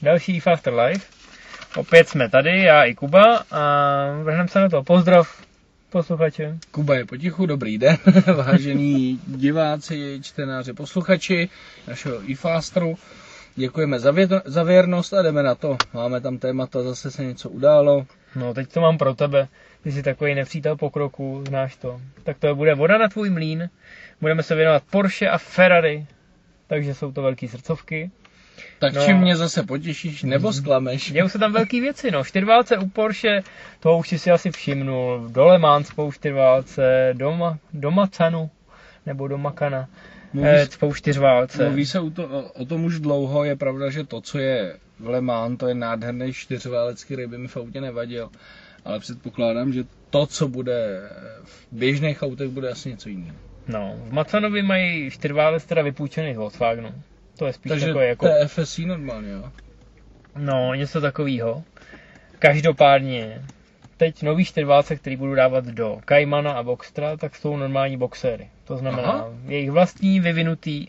další eFaster Live. Opět jsme tady, já i Kuba a vrhneme se na to. Pozdrav posluchače. Kuba je potichu, dobrý den, vážení diváci, čtenáři, posluchači našeho eFasteru. Děkujeme za věrnost a jdeme na to. Máme tam témata, zase se něco událo. No, teď to mám pro tebe. Ty jsi takový nepřítel pokroku, znáš to. Tak to bude voda na tvůj mlýn. Budeme se věnovat Porsche a Ferrari. Takže jsou to velký srdcovky. Tak čím mě zase potěšíš, nebo zklameš? Dějou se tam velký věci, no. Čtyřválce u Porsche, toho už si asi všimnul. Do Le Mans spou čtyřválce, do Macanu, nebo do Makana. Spou čtyřválce. Mluví se o tom už dlouho, je pravda, že to, co je v Le Mans, to je nádherný čtyřválec, který by mi v autě nevadil. Ale předpokládám, že to, co bude v běžných autech, bude asi něco jiného. No, v Macanovi mají čtyřválec teda vypůjčený z Volkswagenu. To je spíš takže takový jako... Takže to je FSI normálně, jo? No, něco takového. Každopádně, teď nový čtyřválce, který budu dávat do Caymana a Boxstera, tak jsou normální boxery. To znamená, jejich vlastní vyvinutý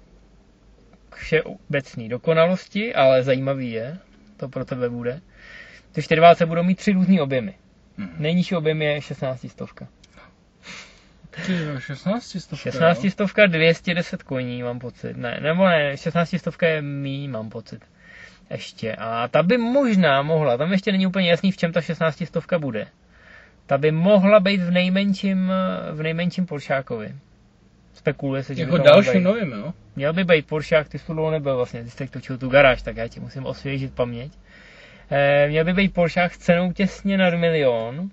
všeobecný dokonalosti, ale zajímavý je, to pro tebe bude. Ty čtyřválce budou mít 3 různý objemy. Nejnižší objem je 16 stovka. 16 stovka 210 koní, mám pocit. Ne, 16 stovka je míň, mám pocit. Ještě. A ta by možná mohla, tam ještě není úplně jasný, v čem ta 16 stovka bude. Ta by mohla být v nejmenším Poršákovi. Spekuluje se, že jako další novým, jo? Měl by být Poršák, ty jsi dlouho nebyl vlastně, ty jsi teď točil tu garáž, tak já ti musím osvěžit paměť. Měl by být Poršák s cenou těsně nad 1 000 000.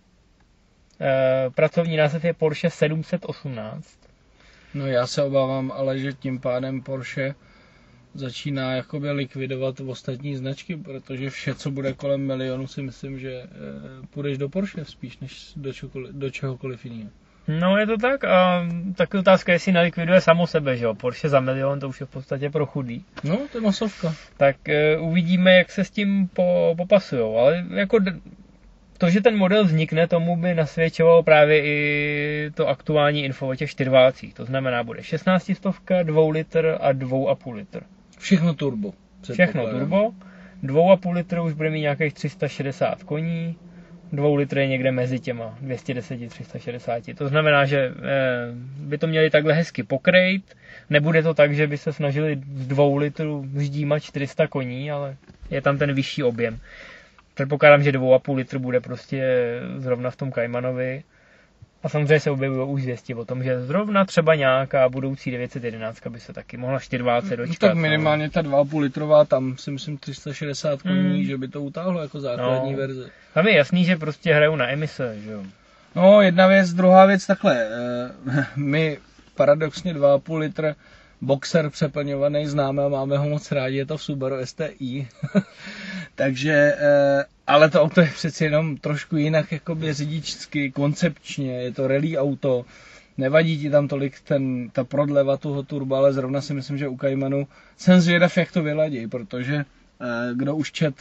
Pracovní název je Porsche 718. No já se obávám, ale že tím pádem Porsche začíná jakoby likvidovat ostatní značky, protože vše, co bude kolem 1 000 000, si myslím, že půjdeš do Porsche spíš, než do čehokoliv jiného. No je to tak a taky otázka, jestli nelikviduje samo sebe, že jo, Porsche za 1 000 000, to už je v podstatě pro chudý. No, to je masovka. Tak uvidíme, jak se s tím popasujou, ale jako... To, že ten model vznikne, tomu by nasvědčovalo právě i to aktuální info o těch čtyřválcích. To znamená, bude 16 stovka, 2 litr a 2,5 litr. Všechno turbo. Všechno turbo. 2,5 litr už bude mít nějakých 360 koní. 2 litr je někde mezi těma 210 360. To znamená, že by to měli takhle hezky pokrejt. Nebude to tak, že by se snažili z 2 litrů vždímat 400 koní, ale je tam ten vyšší objem. Předpokládám, že 2,5 litru bude prostě zrovna v tom Caymanovi. A samozřejmě se objevují už zvěsti o tom, že zrovna třeba nějaká budoucí 911 by se taky mohla čtyřválce dočkat. No, tak minimálně ta 2,5 litrová, tam si myslím 360 koní, že by to utáhlo jako základní verze. Tam je jasný, že prostě hrajou na emise, že jo. No, jedna věc, druhá věc takhle. My paradoxně 2,5 litr boxer přeplňovaný známe a máme ho moc rádi, je to v Subaru STI. Takže, ale to auto je přeci jenom trošku jinak jakoby řidičsky, koncepčně, je to rally auto, nevadí ti tam tolik ta prodleva toho turba, ale zrovna si myslím, že u Caymanu jsem zvědav, jak to vyladí, protože kdo už čet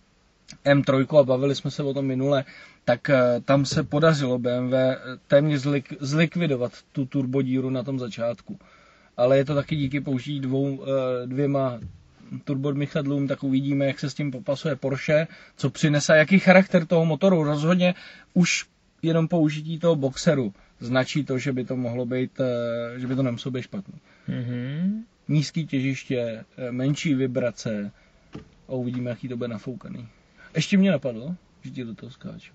M3 a bavili jsme se o tom minule, tak tam se podařilo BMW téměř zlikvidovat tu turbodíru na tom začátku. Ale je to taky díky použití dvěma turbodmychadlům, tak uvidíme, jak se s tím popasuje Porsche, co přinese, jaký charakter toho motoru. Rozhodně už jenom použití toho boxeru značí to, že by to mohlo být, že by to nemuselo být špatný. Nízký těžiště, menší vibrace a uvidíme, jaký to bude nafoukaný. Ještě mě napadlo, že ti do toho skáču.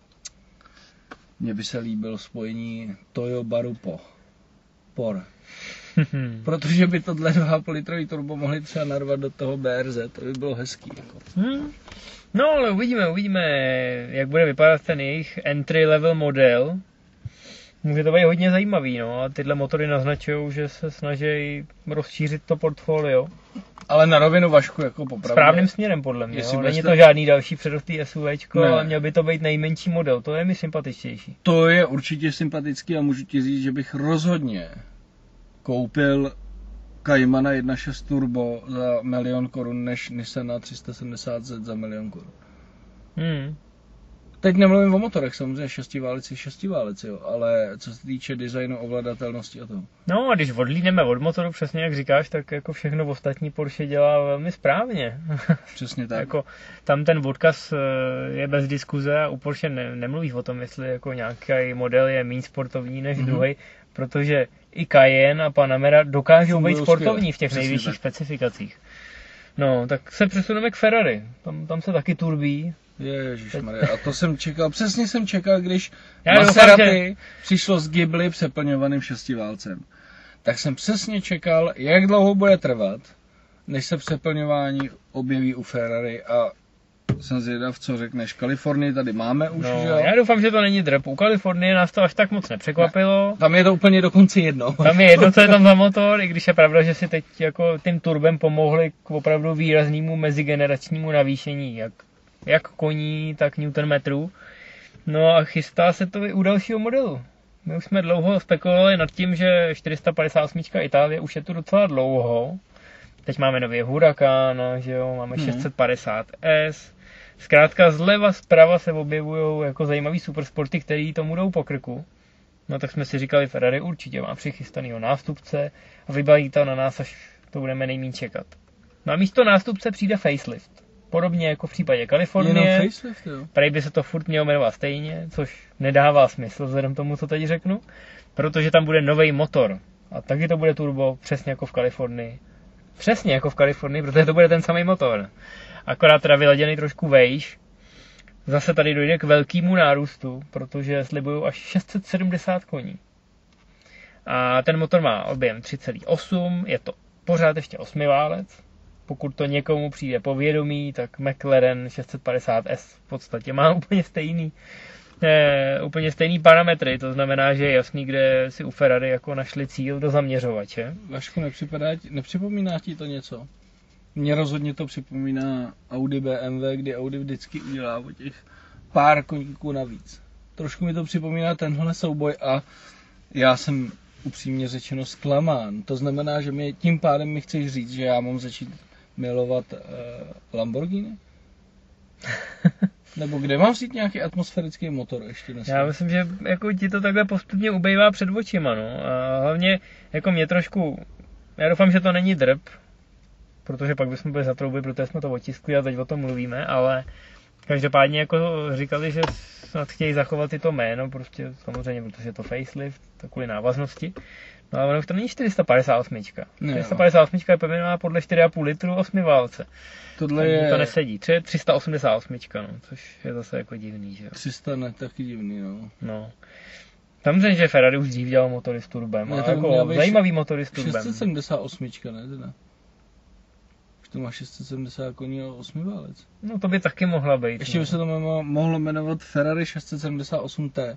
Mně by se líbilo spojení Toyo Baru Por. Protože by tohle 2,5 litrový turbo mohli třeba narvat do toho BRZ, to by bylo hezký. Jako. No ale uvidíme, jak bude vypadat ten jejich entry level model. Může to být hodně zajímavý, no a tyhle motory naznačují, že se snaží rozšířit to portfolio. Ale na rovinu, Vašku, jako popravdě. Správným směrem podle mě, není to žádný další předostý SUVčko, ne. Ale měl by to být nejmenší model, to je mi sympatičtější. To je určitě sympatický a můžu ti říct, že bych rozhodně koupil Caymana 1.6 Turbo za 1 000 000 korun než Nissan 370Z za 1 000 000 korun. teď nemluvím o motorech, samozřejmě šestiválec, jo, ale co se týče designu, ovladatelnosti a toho. No a když odlídneme od motoru, přesně jak říkáš, tak jako všechno ostatní Porsche dělá velmi správně. Přesně tak. Jako, tam ten odkaz je bez diskuze a u Porsche nemluvíš o tom, jestli jako nějaký model je méně sportovní než druhý, protože i Cayenne a Panamera dokážou být sportovní v těch přesně nejvyšších tak. specifikacích. No, tak se přesuneme k Ferrari. Tam se taky turbí. Ježišmarja, a to jsem čekal, přesně jsem čekal, když Já Maserati přišlo s Ghibli přeplňovaným šestiválcem. Tak jsem přesně čekal, jak dlouho bude trvat, než se přeplňování objeví u Ferrari a jsem zvědav, co řekneš. Kalifornii tady máme už, že jo? Já doufám, že to není drp. U Kalifornie nás to až tak moc nepřekvapilo. Tam je to úplně dokonce jedno. Tam je jedno, co je tam za motor, i když je pravda, že si teď jako tím turbem pomohli k opravdu výraznému mezigeneračnímu navýšení, jak koní, tak newtonmetrů. No a chystá se to i u dalšího modelu. My už jsme dlouho spekulovali nad tím, že 458 Itálie už je tu docela dlouho. Teď máme nový Huracán, že jo, máme 650S. Zkrátka zleva zprava se objevují jako zajímavý supersporty, který tomu jdou po krku. No tak jsme si říkali, Ferrari určitě má přichystanýho nástupce a vybalí to na nás, až to budeme nejméně čekat. No a místo nástupce přijde facelift. Podobně jako v případě Kalifornie. Jenom facelift, jo. Prej by se to furt mělo jmenovat stejně, což nedává smysl vzhledem tomu, co teď řeknu, protože tam bude nový motor. A taky to bude turbo, přesně jako v Kalifornii. Přesně jako v Kalifornii, protože to bude ten samý motor. Akorát teda vyladěný trošku vejš. Zase tady dojde k velkému nárůstu, protože slibují až 670 koní. A ten motor má objem 3,8, je to pořád ještě 8válec. Pokud to někomu přijde povědomí, tak McLaren 650S v podstatě má úplně stejný parametry, to znamená, že je jasný, kde si u Ferrari jako našli cíl do zaměřovače. Vašku, nepřipomíná ti to něco? Mně rozhodně to připomíná Audi BMW, kdy Audi vždycky udělá o těch pár koníků navíc. Trošku mi to připomíná tenhle souboj a já jsem upřímně řečeno zklamán. To znamená, že tím pádem mi chceš říct, že já mám začít milovat Lamborghini? Nebo kde mám vzít nějaký atmosférický motor ještě dneska? Já myslím, že jako ti to takhle postupně ubejvá před očima, no. A hlavně jako mě trošku, já doufám, že to není drb, protože pak bychom byli zatrouby, protože jsme to otiskli a teď o tom mluvíme, ale každopádně jako říkali, že snad chtějí zachovat i to jméno, prostě samozřejmě, protože je to facelift, to kvůli návaznosti. No ale ono to není 458. 458 je pojmenovaná podle 4,5 litru 8 válce. Tohle je... To nesedí. 388, no, což je zase jako divný, že jo. 300 ne, taky divný, no. Samozřejmě, že Ferrari už dřív dělal motory s turbem, ale jako zajímavý motory s turbem. 678, ne teda? Už to má 670 koní a 8 válec. No to by taky mohla být. Ještě by se to mohlo jmenovat Ferrari 678T.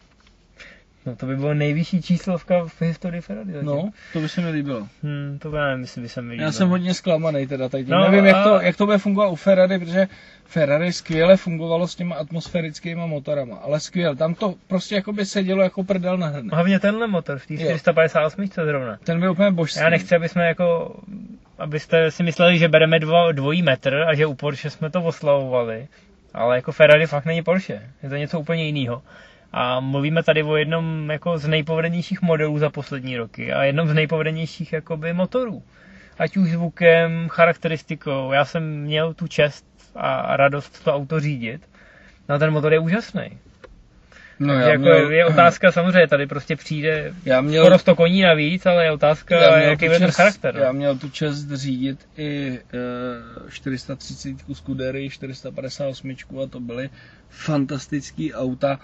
No to by bylo nejvyšší číslovka v historii Ferrari. Zatím. No, to by se mi líbilo. To nevím, jestli by se mi líbilo. Já jsem hodně zklamaný teda teď. No, nevím, jak to bude fungovat u Ferrari, protože Ferrari skvěle fungovalo s těma atmosférickýma motorama, ale skvěle. Tam to prostě jako by sedělo jako prdel na hrne. Hlavně tenhle motor v té 458 zrovna. Ten byl úplně božský. Já nechci, abyste si mysleli, že bereme dvojí metr a že u Porsche jsme to oslavovali, ale jako Ferrari fakt není Porsche. Je to něco úplně jiného. A mluvíme tady o jednom jako z nejpovedenějších modelů za poslední roky a jednom z nejpovedenějších jakoby motorů. Ať už zvukem, charakteristikou. Já jsem měl tu čest a radost to auto řídit. No ten motor je úžasný. No, je otázka samozřejmě, tady prostě přijde skoro 100 koní navíc, ale je otázka, jaký je ten charakter. Já měl tu čest řídit i 430 Scuderii, 458 a to byly fantastický auta.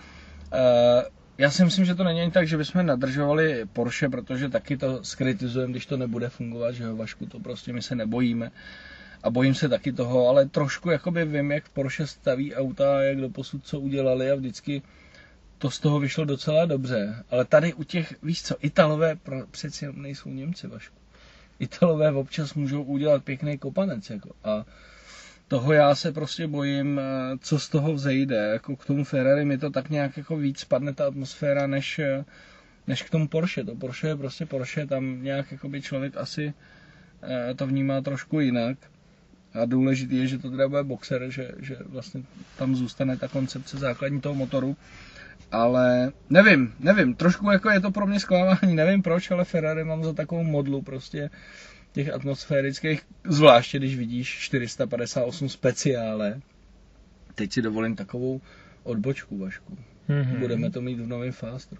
Já si myslím, že to není tak, že bychom nadržovali Porsche, protože taky to skritizujeme, když to nebude fungovat, že jo, Vašku, to prostě my se nebojíme. A bojím se taky toho, ale trošku jakoby vím, jak Porsche staví auta, jak doposud co udělali a vždycky to z toho vyšlo docela dobře. Ale tady u těch, víš co, Italové přeci nejsou Němci, Vašku. Italové občas můžou udělat pěkný kopanec, jako, a toho já se prostě bojím, co z toho vzejde. Jako k tomu Ferrari mi to tak nějak jako víc spadne ta atmosféra, než k tomu Porsche. To Porsche je prostě Porsche, tam nějak jakoby člověk asi to vnímá trošku jinak. A důležitý je, že to teda bude boxer, že vlastně tam zůstane ta koncepce základní toho motoru. Ale nevím, trošku jako je to pro mě zklamání, nevím proč, ale Ferrari mám za takovou modlu prostě těch atmosférických, zvláště když vidíš 458 speciále. Teď si dovolím takovou odbočku, Vašku. Budeme to mít v novém Fastru.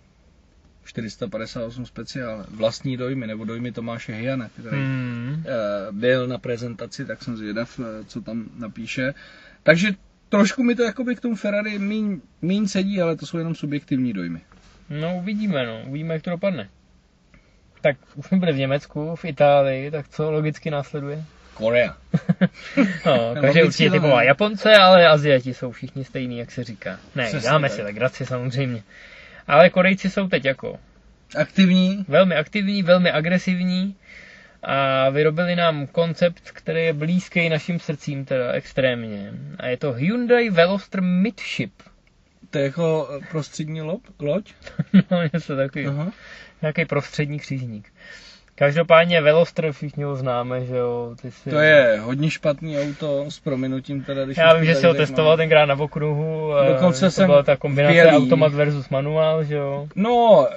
458 speciál, vlastní dojmy, nebo dojmy Tomáše Hyjana, který byl na prezentaci, tak jsem zvědav, co tam napíše. Takže trošku mi to jakoby k tomu Ferrari míň sedí, ale to jsou jenom subjektivní dojmy. No uvidíme, jak to dopadne. Tak už jsme byli v Německu, v Itálii, tak co logicky následuje? Korea. No, každý určitě typová Japonce, ale Aziati jsou všichni stejný, jak se říká. Ne, dáme si legraci samozřejmě. Ale Korejci jsou teď jako aktivní, velmi agresivní a vyrobili nám koncept, který je blízký našim srdcím teda extrémně. A je to Hyundai Veloster Midship. To je jako prostřední loď? No, něco takový. Nějaký prostřední křižník. Každopádně Veloster, všichni ho známe, že jo. To je hodně špatný auto, s prominutím teda. Já vím, že si ho testoval tenkrát na okruhu. Dokonce to byla ta kombinace automat versus manuál, že jo. No,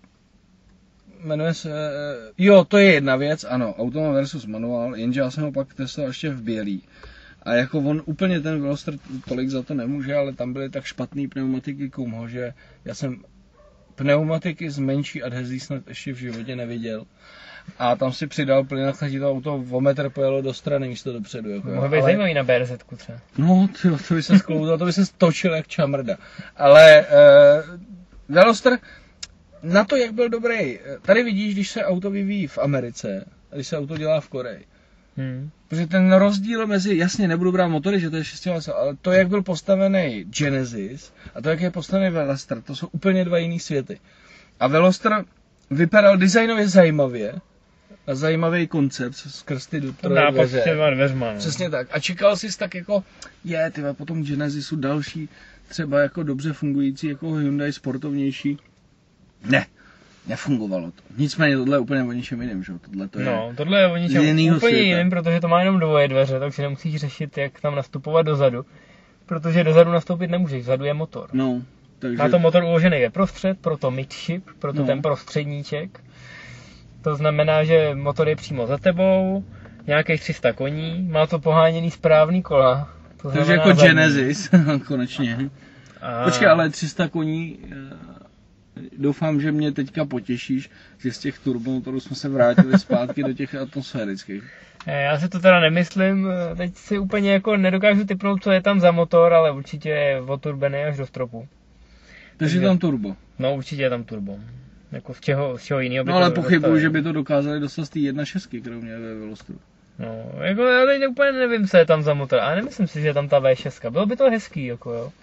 jmenuje se, to je jedna věc, ano, automat versus manuál, jenže já jsem ho pak testoval ještě v bělý. A jako on úplně ten Veloster tolik za to nemůže, ale tam byly tak špatný pneumatiky Kumho, že já jsem pneumatiky s menší adhezí snad ještě v životě neviděl. A tam si přidal plyn a to auto o metr pojelo do strany místo dopředu. Jako, mohl být zajímavý na BRZ-ku třeba. No, to by se skloutal, to by se stočil jak čamrda. Ale Veloster, na to, jak byl dobrý, tady vidíš, když se auto vyvíjí v Americe, a když se auto dělá v Koreji. Protože ten rozdíl mezi, jasně nebudu brát motory, že to je 6 ale to, jak byl postavený Genesis a to, jak je postavený Veloster, to jsou úplně dva jiný světy. A Veloster vypadal designově zajímavě, a zajímavý koncept skrz ty dveře. Dveřma, no. Přesně tak. A čekal jsi tak jako, potom Genesisu další, třeba jako dobře fungující, jako Hyundai sportovnější. Ne, nefungovalo to. Nicméně tohle je úplně o ničem jiným, že? Tohle je o ničem úplně jiným, protože to má jenom dvoje dveře, takže nemusíš řešit, jak tam nastupovat dozadu. Protože dozadu nastoupit nemůžeš, vzadu je motor. No, takže... Má to motor uložený ve prostřed, proto midship, proto ten prostředníček. To znamená, že motor je přímo za tebou, nějakých 300 koní, má to poháněný správný kola. Takže jako Genesis, konečně. Počkej, ale 300 koní, doufám, že mě teďka potěšíš, že z těch turbomotorů jsme se vrátili zpátky do těch atmosférických. Já si to teda nemyslím, teď si úplně jako nedokážu tipnout, co je tam za motor, ale určitě je oturbený až do stropu. Takže je tam turbo? No, určitě je tam turbo. Jako z čeho jiného by to ale pochybuju, že by to dokázali dostat z té 1.6, kterou měli ve Velostru. No, jako já teď úplně nevím, co je tam za motor, ale nemyslím si, že je tam ta V6. Bylo by to hezký, jako jo.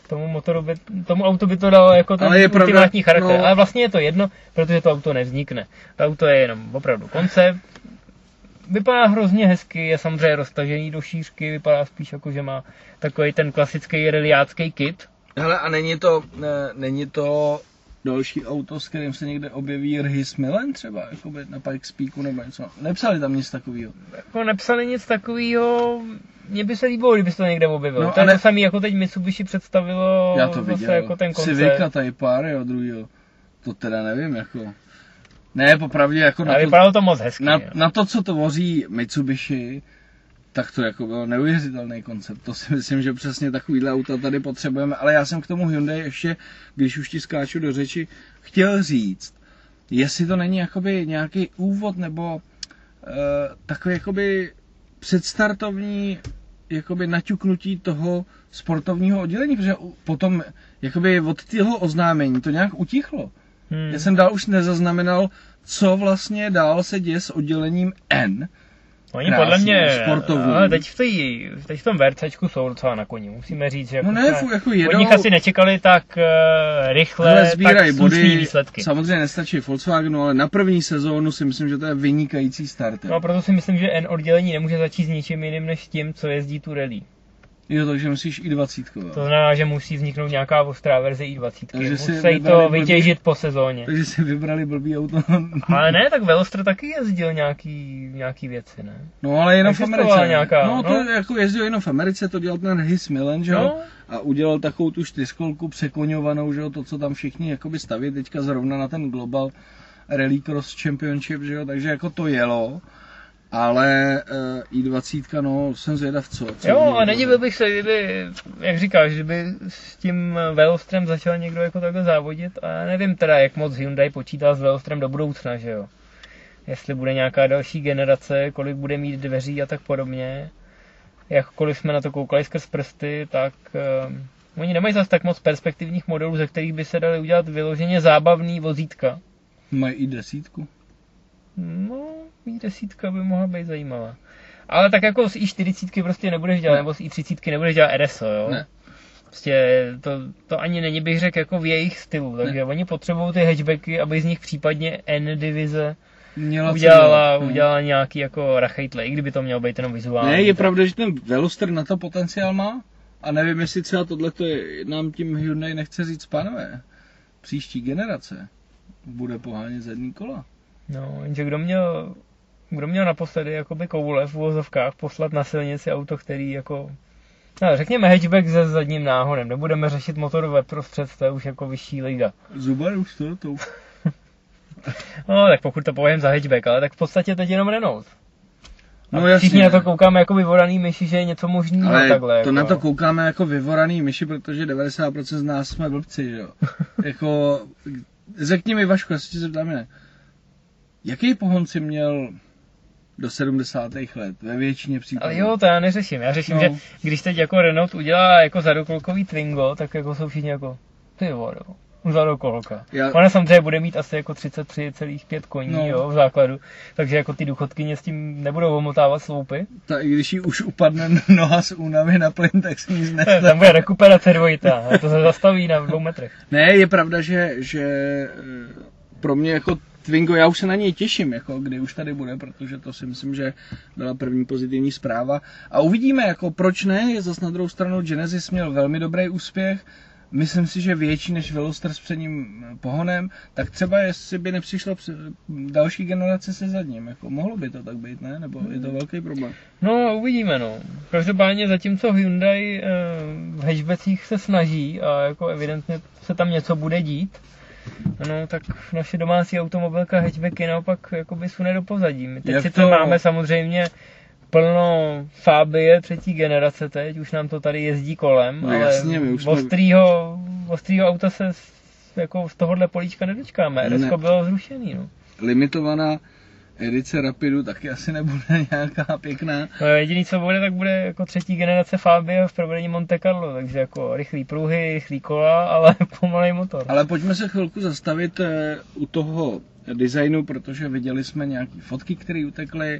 Tomu autu by to dalo jako ten ultimátní charakter, ale vlastně je to jedno, protože to auto nevznikne. To auto je jenom opravdu koncept, vypadá hrozně hezky, je samozřejmě roztažený do šířky, vypadá spíš jako, že má takový ten klasický reliácký kit. Hele, a není to další auto, s kterým se někde objeví Rhys Millen třeba, jakoby na Pikes Peaku nebo něco. Nepsali tam nic takového. Jako nepsali nic takového. Mně by se líbilo, kdyby se to někde objevilo. No, to je to samý, jako teď Mitsubishi představilo. Já to viděl. Jako ten koncept. Civica Type R, jo, druhýho. To teda nevím, jako. Ne, popravdě, jako vypadalo to moc hezky. Na to, co to vozí Mitsubishi, tak to jako byl neuvěřitelný koncept. To si myslím, že přesně takovýhle auta tady potřebujeme. Ale já jsem k tomu Hyundai ještě, když už ti skáču do řeči, chtěl říct, jestli to není jakoby nějaký úvod nebo takový jakoby předstartovní jakoby naťuknutí toho sportovního oddělení, protože potom jakoby od toho oznámení to nějak utichlo. Já jsem dál už nezaznamenal, co vlastně dál se děje s oddělením N. Oni podle mě, ale teď v tom VRCčku jsou docela na koni, musíme říct, že jako od nich asi nečekali tak rychle, tak slušný výsledky. Samozřejmě nestačí Volkswagenu, ale na první sezónu si myslím, že to je vynikající start. No proto si myslím, že N oddělení nemůže začít s ničím jiným než tím, co jezdí tu rally. Jo, takže myslíš i20. To znamená, že musí vzniknout nějaká ostrá verze i20. Takže si musí to vytěžit po sezóně. Takže si vybrali blbý auto. Ale ne, tak Veloster taky jezdil nějaký věci, ne? No ale jenom v Americe. Nějaká, no to jako jezdil jenom v Americe, to dělal ten His Millen, že jo? No. A udělal takovou tu 4kolku překoňovanou, že jo? To, co tam všichni jakoby staví teďka zrovna na ten Global Rally Cross Championship, že jo? Takže jako to jelo. Ale i20, no, jsem zvědav, co jo, a nedivil bych se, kdyby, jak říkáš, kdyby s tím Velostrem začal někdo jako takhle závodit, a já nevím teda, jak moc Hyundai počítá s Velostrem do budoucna, že jo. Jestli bude nějaká další generace, kolik bude mít dveří a tak podobně. Jakkoliv jsme na to koukali skrz prsty, tak oni nemají zase tak moc perspektivních modelů, ze kterých by se dali udělat vyloženě zábavný vozítka. Mají i10? No, i10 by mohla být zajímavá. Ale tak jako z i40 prostě nebudeš dělat, nebo z i30 nebudeš dělat RSO, jo? Ne. Prostě to ani není, bych řekl, jako v jejich stylu, takže oni potřebují ty hatchbacky, aby z nich případně N-divize udělala nějaký jako rachejtle, i kdyby to mělo být jenom vizuální. Ne, je pravda, že ten Veloster na to potenciál má a nevím, jestli třeba tohleto nám tím Hyundai nechce říct, pánové, příští generace bude pohánět zadní kola. No, jenže kdo měl naposledy jakoby koule v uvozovkách poslat na silnici auto, který jako... No, řekněme hatchback se zadním náhonem, nebudeme řešit motorové prostřed, to je už jako vyšší liga. Subaru to. No, tak pokud to považujeme za hatchback, ale tak v podstatě teď jenom Renault. No jasně. Všichni na to koukáme jako vyvoraný myši, že je něco možného takhle. To jako. Na to koukáme jako vyvoraný myši, protože 90% z nás jsme blbci, že jo. Jako, řekni mi, Vašku, já se ti zeptám, ne. Jaký pohon jsi měl do 70. let, ve většině případů? Ale jo, to já neřeším. Já řeším, že když teď jako Renault udělá jako zadokolkový Twingo, tak jako jsou všichni jako, ty vole, zadokolka. Ona samozřejmě bude mít asi jako 33,5 koní, jo, v základu, takže jako ty důchodkyně s tím nebudou omotávat sloupy. Tak i když jí už upadne noha z únavy na plyn, tak se nic nestane. Tam bude rekuperace dvojitá, to se zastaví na 2 metrech. Ne, je pravda, že pro mě jako Twingo, já už se na něj těším, jako kdy už tady bude, protože to si myslím, že byla první pozitivní zpráva. A uvidíme, jako proč ne, je zase na druhou stranu Genesis měl velmi dobrý úspěch, myslím si, že větší než Veloster s předním pohonem, tak třeba jestli by nepřišla další generace se zadním, jako mohlo by to tak být, ne? Nebo je to velký problém? No, uvidíme, no. Každopádně zatímco Hyundai v hatchbackích se snaží a jako evidentně se tam něco bude dít, no, tak naše domácí automobilka hatchbacky naopak jakoby sune do pozadí. My teď sice máme samozřejmě plno Fabie 3. generace teď, už nám to tady jezdí kolem, no, ale jasně, ostrýho auta se jako z tohohle políčka nedočkáme. RSko bylo zrušený, no. Limitovaná edice Rapidu taky asi nebude nějaká pěkná. No, jediný co bude, tak bude jako 3. generace Fabia v provedení Monte Carlo, takže jako rychlý pruhy, rychlý kola, ale pomalej motor. Ale pojďme se chvilku zastavit u toho designu, protože viděli jsme nějaké fotky, které utekly.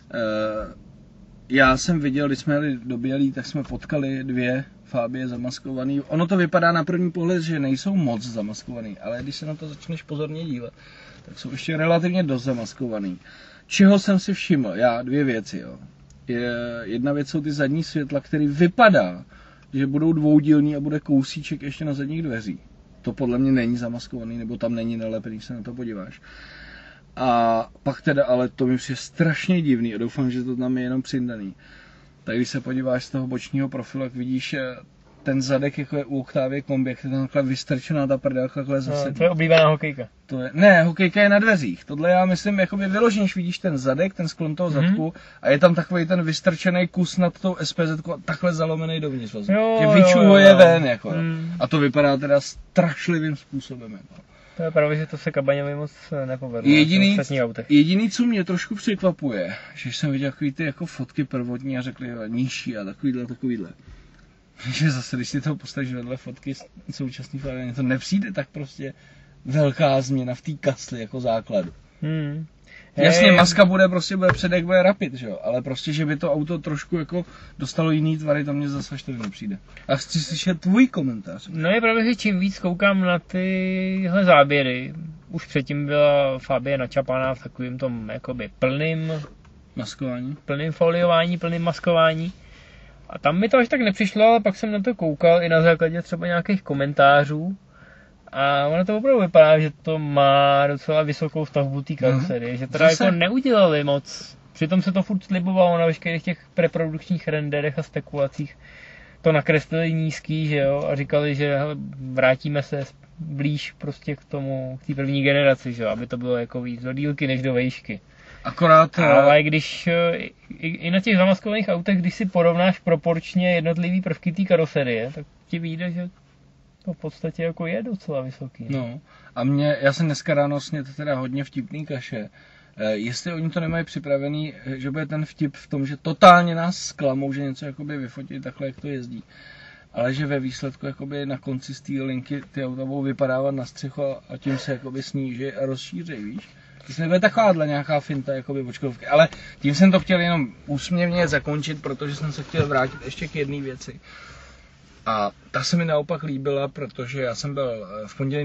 Já jsem viděl, když jsme jeli do Bělí, tak jsme potkali 2 Fabie zamaskovaný. Ono to vypadá na první pohled, že nejsou moc zamaskovaný, ale když se na to začneš pozorně dívat, tak jsou ještě relativně dost zamaskovaný. Čeho jsem si všiml? Já 2 věci, jo. Jedna věc jsou ty zadní světla, který vypadá, že budou dvoudílní a bude kousíček ještě na zadních dveří. To podle mě není zamaskovaný, nebo tam není nalepený, když se na to podíváš. A pak teda, ale to mi přijde strašně divný a doufám, že to tam je jenom přindaný. Tak když se podíváš z toho bočního profilu, jak vidíš ten zadek, jako je u Octavie Kombi, jak je tam takhle vystrčená ta prdel, takhle zase. No, to je oblíbená hokejka. Ne, hokejka je na dveřích. Tohle já myslím, jakoby vyloženě, vidíš ten zadek, ten sklon toho zadku a je tam takový ten vystrčený kus nad tou SPZ takhle zalomený dovnitř. Že vyčuhuje ven, jako. A to vypadá teda strašlivým způsobem, jako. To je pravda, že to se Kabaňovi moc nepovedlo. Jediný, co mě trošku překvapuje, že jsem viděl takový ty jako fotky prvotní a řekli nižší a takovýhle. Že zase, když si toho postavíš vedle fotky současný Fabie, to nepřijde tak prostě velká změna v té kasli jako základu. Jasně, maska bude předek, bude Rapid, že jo, ale prostě, že by to auto trošku jako dostalo jiný tvary, to mě zase až tady nepřijde. A chci slyšet tvůj komentář. No je pravda, že čím víc koukám na tyhle záběry, už předtím byla Fabie načapaná v takovým tom jakoby plným maskování, plným foliování, plným maskování. A tam mi to až tak nepřišlo, ale pak jsem na to koukal i na základě třeba nějakých komentářů. A ono to opravdu vypadá, že to má docela vysokou stavbu té karoserie, že teda jako neudělali moc. Přitom se to furt slibovalo na veškerých těch preprodukčních renderech a spekulacích. To nakreslili nízký, že jo, a říkali, že hele, vrátíme se blíž prostě k té první generaci, že jo, aby to bylo jako víc do dílky než do vejšky. Akorát... Ale když i na těch zamaskovaných autech, když si porovnáš proporčně jednotlivý prvky té karoserie, tak ti vyjde, že to v podstatě jako je docela vysoký. No a já jsem dneska ráno snědl teda hodně vtipný kaše. Jestli oni to nemají připravený, že bude ten vtip v tom, že totálně nás zklamou, že něco jakoby vyfotí takhle, jak to jezdí. Ale že ve výsledku jakoby na konci z té linky ty auta budou vypadávat na střechu a tím se jakoby sníží a rozšíří, víš? Jestli nebude takováhle nějaká finta jakoby očkovky. Ale tím jsem to chtěl jenom úsměvně zakončit, protože jsem se chtěl vrátit ještě k jedné věci. A ta se mi naopak líbila, protože já jsem byl v pondělí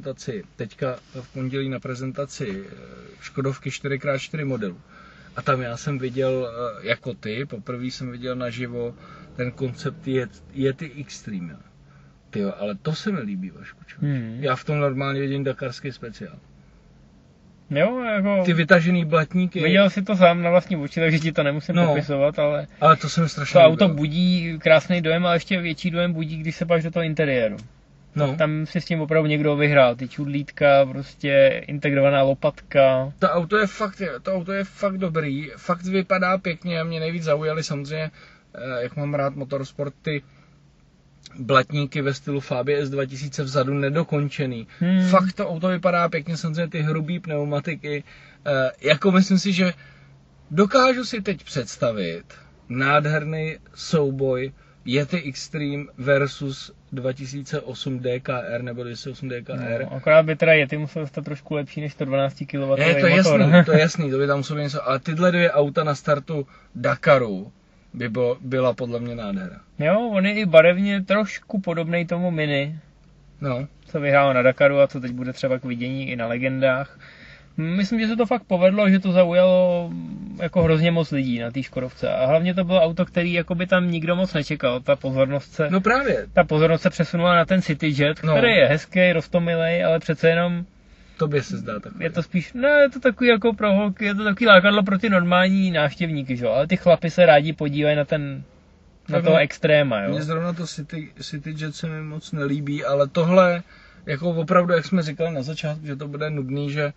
na prezentaci Škodovky 4x4 modelu. A tam já jsem viděl, jako ty, poprvé jsem viděl naživo ten koncept Yeti Extreme. Tyjo, ale to se mi líbí, Vašku. Já v tom normálně vidím dakarský speciál. Jo, jako... Ty vytažený blatníky. Viděl si to sám na vlastní oči, takže ti to nemusím popisovat, ale to se mi strašně to auto budí krásný dojem, ale ještě větší dojem budí, když se páš do toho interiéru. No. Tam si s tím opravdu někdo vyhrál, ty čudlítka, prostě integrovaná lopatka. To auto je fakt dobrý, fakt vypadá pěkně a mě nejvíc zaujaly samozřejmě, jak mám rád motorsport, ty blatníky ve stylu Fabia S2000 vzadu nedokončený. Fakt to auto vypadá pěkně, samozřejmě ty hrubý pneumatiky. Jako myslím si, že dokážu si teď představit nádherný souboj Yeti Extreme versus 2008 DKR nebo 2008 DKR. No, akorát by teda Yeti musel stát trošku lepší než 112 kW motor. To je jasný, to by tam muselo být něco. Ale tyhle dvě auta na startu Dakaru by byla podle mě nádhera. Jo, on je i barevně trošku podobnej tomu Mini, co vyhrál na Dakaru a co teď bude třeba k vidění i na legendách. Myslím, že se to fakt povedlo, že to zaujalo jako hrozně moc lidí na té Škodovce. A hlavně to bylo auto, který jakoby tam nikdo moc nečekal. Ta pozornost se přesunula na ten CityJet, který je hezký, roztomilej, ale přece jenom Tobě se zdá takový. Je to spíš, je to takový jako pro holky, je to takový lákadlo pro ty normální návštěvníky, že jo, ale ty chlapi se rádi podívají na toho extréma, jo. Mně zrovna to CityJet se mi moc nelíbí, ale tohle, jako opravdu, jak jsme říkali na začátku, že to bude nudný, že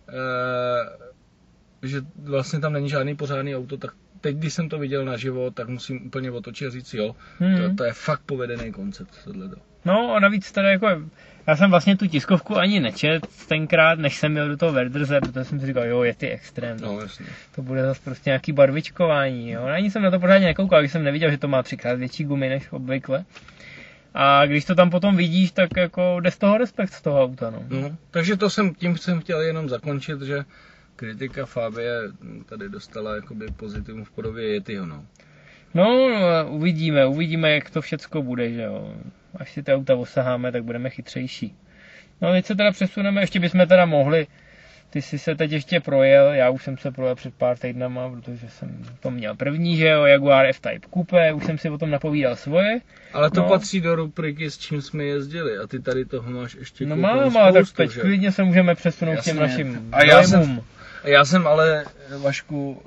vlastně tam není žádný pořádný auto, tak teď, když jsem to viděl naživo, tak musím úplně otočit a říct, jo, to je fakt povedený koncept, tohleto. No a navíc teda jako, já jsem vlastně tu tiskovku ani nečet tenkrát, než jsem jel do toho Werderse, protože jsem si říkal, jo, je ty extrém. No, jasně. To bude zase prostě nějaký barvičkování, jo. Ani jsem na to pořádně nekoukal, když jsem neviděl, že to má 3x větší gumy než obvykle. A když to tam potom vidíš, tak jako jde z toho respekt z toho auta, no. Takže tím jsem chtěl jenom zakončit, že kritika Fabie tady dostala jakoby pozitivum v podobě Yetiho, no. No, uvidíme, jak to všecko bude, že jo. Až si ty auta osaháme, tak budeme chytřejší. No, teď se teda přesuneme, ještě bychom teda mohli. Ty jsi se teď ještě projel, já už jsem se projel před pár týdnama, protože jsem to měl první, že jo, Jaguar F-Type Coupe, už jsem si o tom napovídal svoje. Ale to patří do rubriky, s čím jsme jezdili a ty tady toho máš ještě spoustu, ale tak teď že? Klidně se můžeme přesunout k těm našim dojmům. Já jsem ale, Vašku,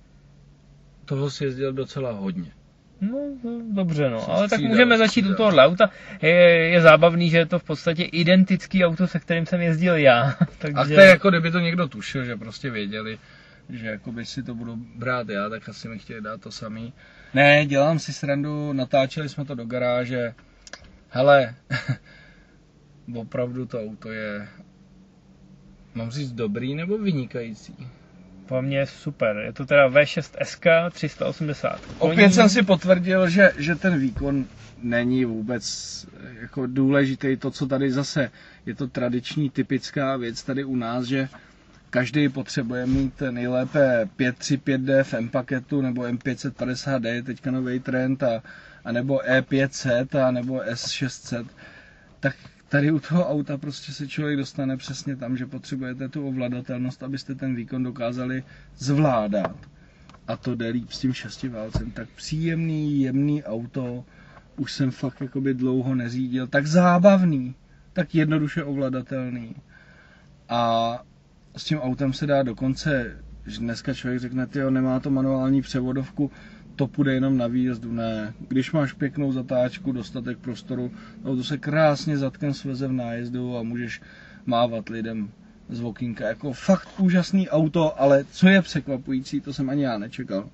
toho si jezdil docela hodně. No, dobře, no, ale tak můžeme začít u tohohle auta. Je zábavný, že je to v podstatě identický auto, se kterým jsem jezdil já. Takže... A to je jako, kdyby to někdo tušil, že prostě věděli, že jakoby si to budu brát já, tak asi mi chtěli dát to samý. Ne, dělám si srandu, natáčeli jsme to do garáže. Hele, opravdu to auto je, mám říct, dobrý nebo vynikající? Po mně je super. Je to teda V6 SK 380 koní. Opět jsem si potvrdil, že ten výkon není vůbec jako důležitý. To, co tady zase je to tradiční, typická věc tady u nás, že každý potřebuje mít nejlépe 535D v M-paketu nebo M550D, teďka nový trend, a nebo E500 a nebo S600. Tak tady u toho auta prostě se člověk dostane přesně tam, že potřebujete tu ovladatelnost, abyste ten výkon dokázali zvládat. a to jde líp s tím šestiválcem. Tak příjemný, jemný auto, už jsem fakt jakoby dlouho neřídil, tak zábavný, tak jednoduše ovladatelný. A s tím autem se dá dokonce, že dneska člověk řekne, tyjo, nemá to manuální převodovku, to půjde jenom na výjezdu. Ne, když máš pěknou zatáčku, dostatek prostoru, auto se krásně zatkem sveze v nájezdu a můžeš mávat lidem z okýnka. Jako fakt úžasný auto, ale co je překvapující, to jsem ani já nečekal.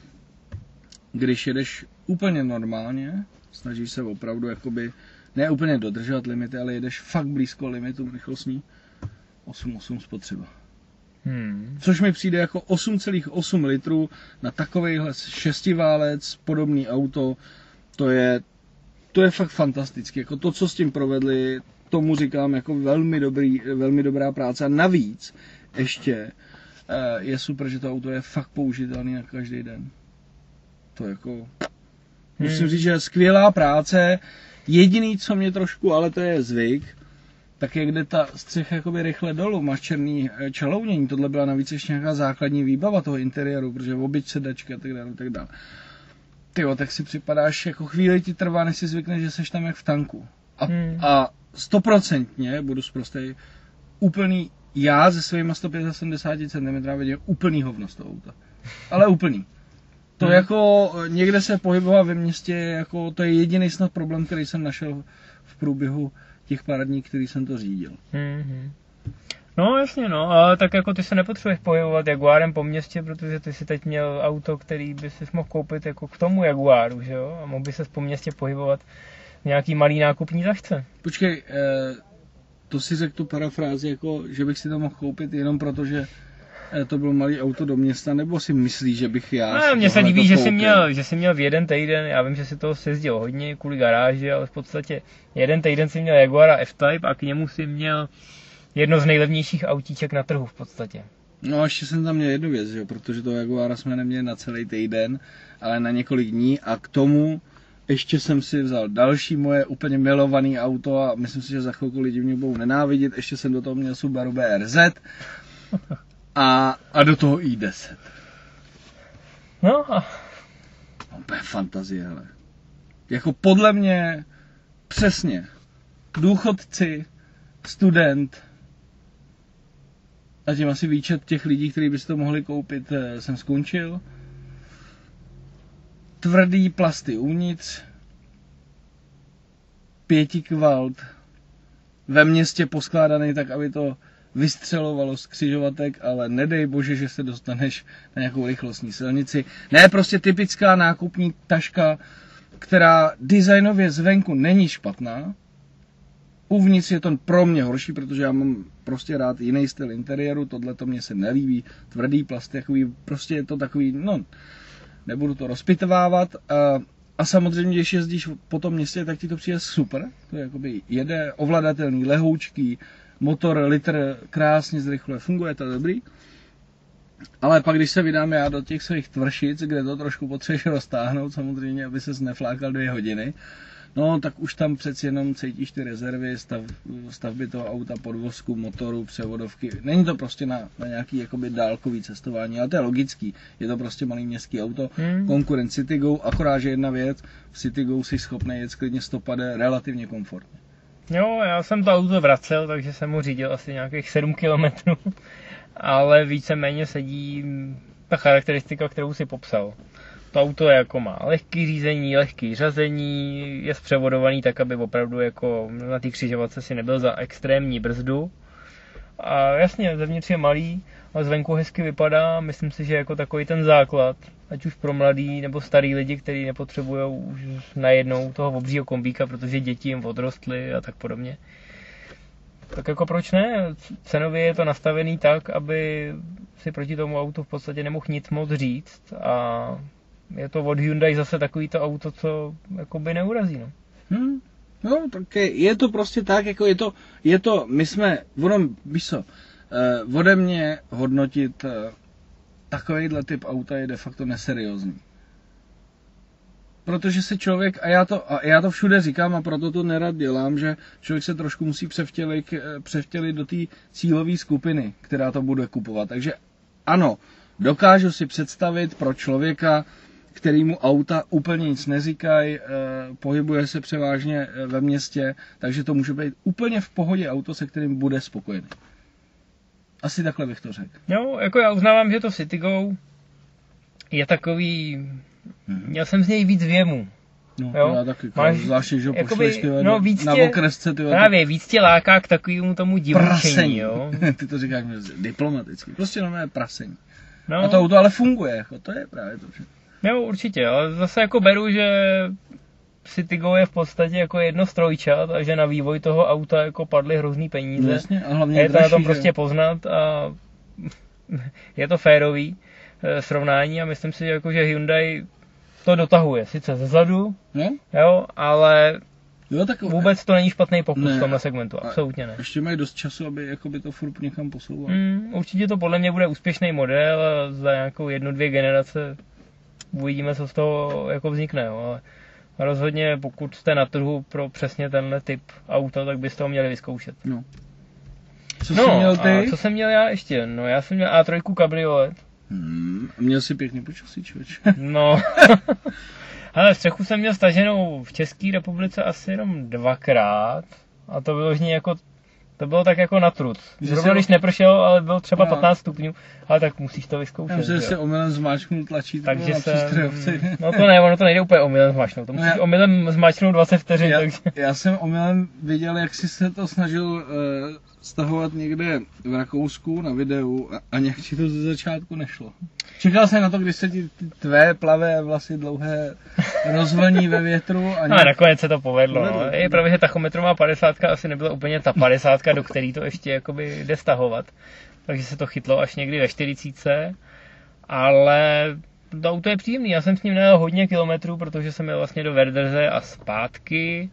Když jedeš úplně normálně, snažíš se opravdu jakoby ne úplně dodržovat limity, ale jedeš fakt blízko limitu rychlostní, 8,8 spotřeba. Což mi přijde jako 8,8 litrů na takovejhle šestiválec, podobný auto, to je fakt fantastické. Jako to, co s tím provedli, tomu říkám jako velmi dobrá práce. A navíc ještě je super, že to auto je fakt použitelné na každý den. To jako musím říct, že je skvělá práce. Jediný, co mě trošku, ale to je zvyk, tak je, kde ta střecha jakoby rychle dolů, máš černý čalounění, tohle byla navíc ještě nějaká základní výbava toho interiéru, protože obyť sedačka a tak dále. Tyjo, tak si připadáš, jako chvíli ti trvá, než si zvykneš, že seš tam jak v tanku. A 100% budu zprostej, úplný, já se svýma 175 cm vidím úplný hovno z toho auta. Ale úplný. To jako někde se pohybovat ve městě, jako to je jediný snad problém, který jsem našel v průběhu těch pár dní, který jsem to řídil. No jasně, no, ale tak jako ty se nepotřebuješ pohybovat Jaguarem po městě, protože ty si teď měl auto, který by si mohl koupit jako k tomu Jaguaru, že jo? A mohl by se po městě pohybovat v nějaký malý nákupní tašce. Počkej, to si řekl tu parafrázi, jako, že bych si to mohl koupit jenom proto, že to bylo malý auto do města, nebo si myslíš, že bych já... No, mně se líbí, že jsi měl v jeden týden, já vím, že si toho sezdil hodně kvůli garáži, ale v podstatě jeden týden si měl Jaguara F-Type a k němu si měl jedno z nejlevnějších autíček na trhu v podstatě. No a ještě jsem tam měl jednu věc, jo, protože toho Jaguara jsme neměli na celý týden, ale na několik dní a k tomu ještě jsem si vzal další moje úplně milované auto a myslím si, že za chvilku lidi mě budou nenávidět, ještě jsem do toho měl Subaru BRZ a do toho i10. No a... Úplně fantazie, hele. Jako podle mě přesně důchodci, student a tím asi výčet těch lidí, kteří by si to mohli koupit, jsem skončil. Tvrdý plasty uvnitř, 5 kvalt, ve městě poskládaný tak, aby to vystřelovalo z křižovatek, ale nedej bože, že se dostaneš na nějakou rychlostní silnici. Ne, prostě typická nákupní taška, která designově zvenku není špatná. Uvnitř je to pro mě horší, protože já mám prostě rád jiný styl interiéru, tohle to mně se nelíbí, tvrdý plast, takový, prostě je to takový, no, nebudu to rozpitvávat. A samozřejmě, když jezdíš po tom městě, tak ti to přijde super, to je jakoby jede, ovladatelný, lehoučký, motor, litr, krásně zrychluje, funguje to dobrý. Ale pak, když se vydám já do těch svých tvršic, kde to trošku potřebuješ roztáhnout, samozřejmě, aby ses neflákal 2 hodiny, no tak už tam přeci jenom cítíš ty rezervy, stavby toho auta, podvozku, motoru, převodovky. Není to prostě na nějaký jakoby dálkový cestování, ale to je logický. Je to prostě malý městský auto, konkurent Citigo, akorát, že jedna věc, v Citigo si schopný jet klidně stopade relativně komfortně. Jo, já jsem to auto vracel, takže jsem ho řídil asi nějakých 7 kilometrů, ale víceméně sedí ta charakteristika, kterou si popsal. To auto jako má lehký řízení, lehký řazení, je zpřevodovaný tak, aby opravdu jako na té křižovatce si nebyl za extrémní brzdu. A jasně, zevnitř je malý, ale zvenku hezky vypadá, myslím si, že jako takový ten základ, ať už pro mladý nebo starý lidi, kteří nepotřebují už najednou toho obřího kombíka, protože děti jim odrostly a tak podobně. Tak jako proč ne? Cenově je to nastavený tak, aby si proti tomu autu v podstatě nemohl nic moc říct a je to od Hyundai zase takový to auto, co jakoby neurazí, no. No, tak je to prostě tak, jako je to, my jsme, víš co, ode mě hodnotit takovýhle typ auta je de facto neseriózní. Protože se člověk, a já to všude říkám a proto to nerad dělám, že člověk se trošku musí převtělit do té cílové skupiny, která to bude kupovat. Takže ano, Dokážu si představit pro člověka, kterýmu auta úplně nic neříkají, pohybuje se převážně ve městě, takže to může být úplně v pohodě auto, se kterým bude spokojený. Asi takhle bych to řekl. Jo, jako já uznávám, že to Citigo je takový, měl jsem z něj víc věmu. No, jo? Já taky, Máš, zvláště, že ho jakoby, pošleš no, na okresce. Právě, víc tě láká k takovému tomu divočení, jo. Ty to říkáš diplomaticky, prostě normálně prasení. No. A to auto ale funguje, jako, to je právě to všechno. Jo, určitě, ale zase jako beru, že Citigo je v podstatě jako jedno strojčat a že na vývoj toho auta jako padly hrozný peníze. Jasně, a hlavně je to dražší, na tom že? prostě poznat a je to férový srovnání a myslím si, jako, že Hyundai to dotahuje, sice zezadu, jo, ale jo, tak vůbec to není špatný pokus ne, v tomhle segmentu, absolutně ne. Ještě mají dost času, aby jakoby to furt někam posouval. Určitě to podle mě bude úspěšný model a za nějakou 1-2 generace uvidíme, co z toho jako vznikne, jo, ale rozhodně pokud jste na trhu pro přesně tenhle typ auta, tak byste ho měli vyzkoušet. No. Co jsi měl ty? A co jsem měl já ještě? No já jsem měl A3 kabriolet. Měl jsi pěkný počasí, člověč. No. Ale střechu jsem měl staženou v České republice asi jenom 2krát. A to bylo jako to bylo tak jako na trud. Zrovna když nepršelo, ale bylo třeba 15 stupňů, ale tak musíš to vyzkoušet. Já jsem se omylem zmáčknul tlačítko na přístrojovci. No to ne, ono to nejde úplně omylem zmáčknout. To musíš omylem zmáčknout 20 vteřin. Já jsem omylem viděl, jak jsi se to snažil stahovat někde v Rakousku na videu a nějak ti to ze začátku nešlo. Čekal jsem na to, když se ti tvé plavé vlasy dlouhé rozvlní ve větru. A nakonec se to povedlo. No. Je pravě, že tachometrová 50 asi nebyla úplně ta 50, do který to ještě jakoby jde stahovat. Takže se to chytlo až někdy ve 40. Ale to auto je příjemný. Já jsem s ním najel hodně kilometrů, protože jsem jel vlastně do Verderze a zpátky.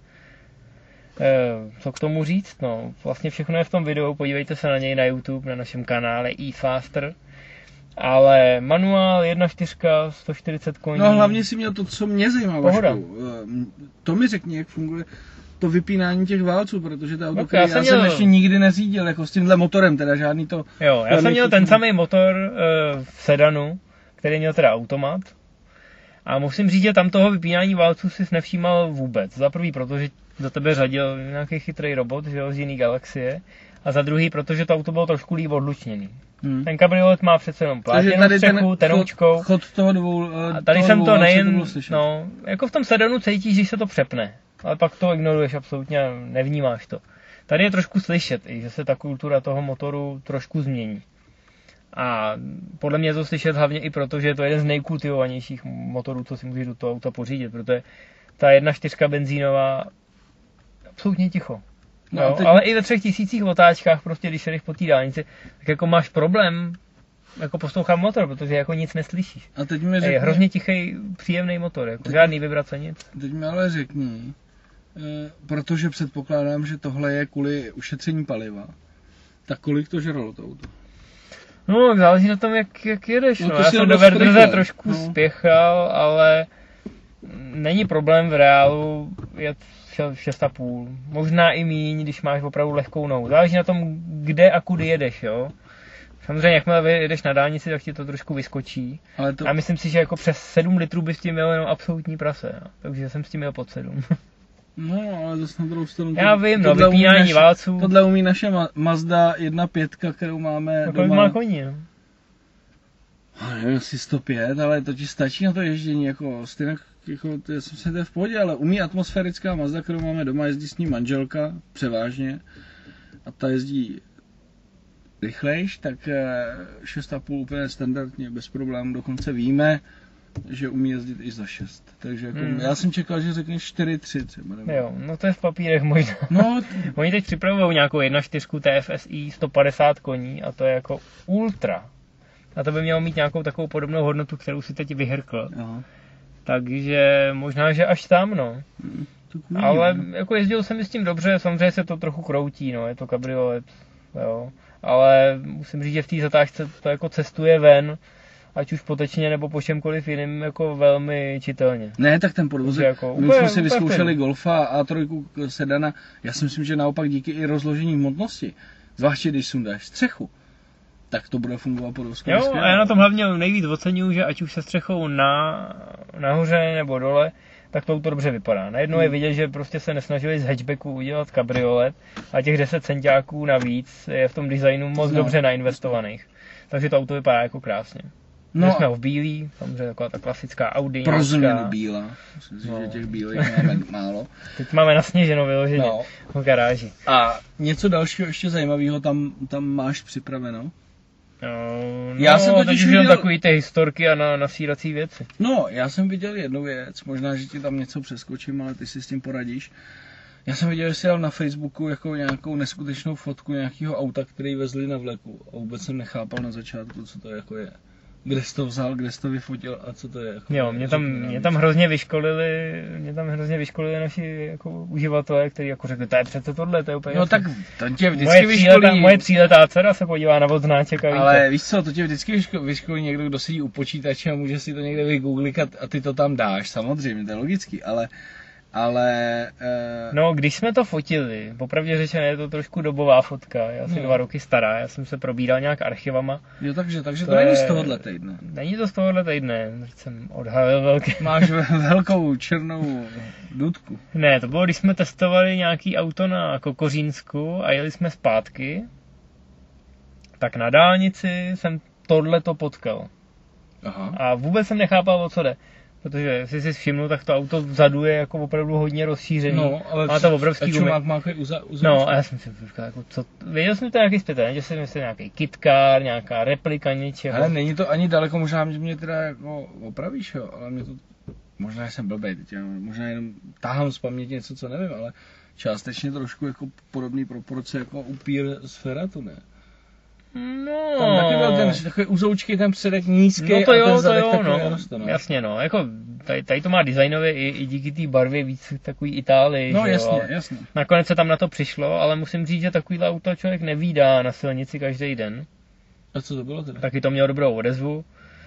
Co k tomu říct? No, vlastně všechno je v tom videu, podívejte se na něj na YouTube, na našem kanále eFaster. Ale manuál 1.4, 140 koní. No hlavně si měl to, co mě zajímá, Vašku. To mi řekni, jak funguje to vypínání těch válců, protože to auto, já jsem ještě nikdy neřídil, jako s tímhle motorem, teda žádný to... Jo, já jsem měl ten samý motor v sedanu, který měl teda automat. A musím říct, že tam toho vypínání válců si nevšímal vůbec. Za prvý, protože do tebe řadil nějaký chytrý robot, že jo, z jiný galaxie. A za druhý, protože to auto bylo trošku líp odlučněný. Ten kabriolet má přece jenom plátěnou střechu, tenoučkou. Chod toho a tady jsem to nejen, no, jako v tom sedanu cítíš, když se to přepne. Ale pak to ignoruješ absolutně, nevnímáš to. Tady je trošku slyšet, že se ta kultura toho motoru trošku změní. A podle mě je to slyšet hlavně i proto, že je to jeden z nejkultivovanějších motorů, co si můžeš do toho auta pořídit, protože ta 1.4 benzínová absolutně ticho. No, teď... Ale i ve 3000 otáčkách, prostě když jedeš po té dálnici, tak jako máš problém jako poslouchat motor, protože jako nic neslyšíš. A teď mi řekni... Je hrozně tichý, příjemný motor, jako teď... žádný vibrace, nic. Teď mi ale řekni, protože předpokládám, že tohle je kvůli ušetření paliva, tak kolik to žralo to auto? No, záleží na tom, jak jedeš. No, já jsem do Verdrze trošku spěchal, ale není problém v reálu jet 6,5. Možná i míň, když máš opravdu lehkou nohu. Záleží na tom, kde a kudy jedeš, jo. Samozřejmě, jakmile jedeš na dálnici, tak ti to trošku vyskočí. Ale to... A myslím si, že jako přes 7 litrů by s tím měl jenom absolutní prase. Jo. Takže jsem s tím měl pod 7. No, ale zase na druhou stranu... Já vím, no, vypínání válců... Tohle umí naše Mazda 1.5, kterou máme no, doma. Má koní, no? Nevím, asi 105, ale to ti stačí na to ježdění, jako stejně, jako, já jsem se v pohodě, ale umí atmosférická Mazda, kterou máme doma, jezdí s ní manželka, převážně, a ta jezdí rychlejš, tak 6,5 úplně standardně, bez problémů, dokonce víme, že umí jezdit i za 6. Takže jako, já jsem čekal, že řekneš 4,3 třeba. Nebo... Jo, no to je v papírech možná. No, oni teď připravují nějakou 1.4 TFSI 150 koní a to je jako ultra. A to by mělo mít nějakou takovou podobnou hodnotu, kterou si teď vyhrkl. Aha. Takže možná, že až tam, no. Ale jako jezdil jsem s tím dobře, samozřejmě se to trochu kroutí, no, je to kabriolet, jo. Ale musím říct, že v té zatáčce to jako cestuje ven, ať už potečně nebo po čemkoliv jiným, jako velmi čitelně. Ne, tak ten podvozek, jako, my jsme si vyzkoušeli Golfa a A3 sedana, já si myslím, že naopak díky i rozložení hmotnosti, zvláště když sundáš střechu, tak to bude fungovat po dousku. Jo, a já na tom hlavně nejvíc oceňuju, že ať už se střechou nahoře nebo dole, tak to auto dobře vypadá. Najednou je vidět, že prostě se nesnažili z hatchbacku udělat kabriolet a těch 10 centiáků navíc je v tom designu moc dobře nainvestovaných. Takže to auto vypadá jako krásně. No, jsme ho v bílý, samozřejmě taková ta klasická Audi. Pro změnu bílá. Myslím si, že těch bílých máme málo. Teď máme nasněženo vyloženě v garáži. A něco dalšího ještě zajímavého tam máš připraveno? Já jsem totiž viděl takový ty historky a nasírací věci. No, já jsem viděl jednu věc, možná, že ti tam něco přeskočím, ale ty si s tím poradíš. Já jsem viděl, že jsi dal na Facebooku jako nějakou neskutečnou fotku nějakého auta, který vezli na vleku. A vůbec jsem nechápal na začátku, co to jako je. Kde jsi to vzal, kde jsi to vyfotil a co to je? Jako jo, mě tam hrozně vyškolili naši jako uživatelé, kteří jako řekli, to je přece tohle, to je úplně... No tak to tě vždycky vyškolí... Moje tříletá dcera se podívá na odznáček a víte. Ale víš co, to tě vždycky vyškolí někdo, kdo sedí u počítače a může si to někde vygooglit a ty to tam dáš, samozřejmě, to je logický, ale No, když jsme to fotili, popravdě řečeno je to trošku dobová fotka, je asi 2 roky stará, já jsem se probíral nějak archivama. Jo, takže to není z tohohle týdne. Není to z tohohle týdne, jsem odhalil velké. Máš velkou černou dudku. Ne, to bylo, když jsme testovali nějaký auto na Kokořínsku a jeli jsme zpátky, tak na dálnici jsem tohleto potkal. Aha. A vůbec jsem nechápal, o co jde. Protože jestli si všimnu, tak to auto vzadu je jako opravdu hodně rozšířený. No, ale má to obrovský gumy. Má No, a já jsem si říkal, jako co, věděl jsem to nějaký zpět, že jsem myslel nějaký KitKar, nějaká replika něčeho. Ale není to ani daleko, možná mě teda jako opravíš, jo, ale mě to, možná jsem blbej teď, možná jenom táhám z paměti něco, co nevím, ale částečně trošku jako podobný proporce jako upír z Ferratu, ne? No. Tam taky byl ten takový uzoučký, ten předek nízký no to jo, a ten zadek to jo, takový no. roste, no. Jasně, no, jako tady to má designově i díky té barvě víc takový Itálii. No že jasně, jo? jasně. Nakonec se tam na to přišlo, ale musím říct, že takovýhle auto člověk nevídá na silnici každý den. A co to bylo teda? Taky to mělo dobrou odezvu.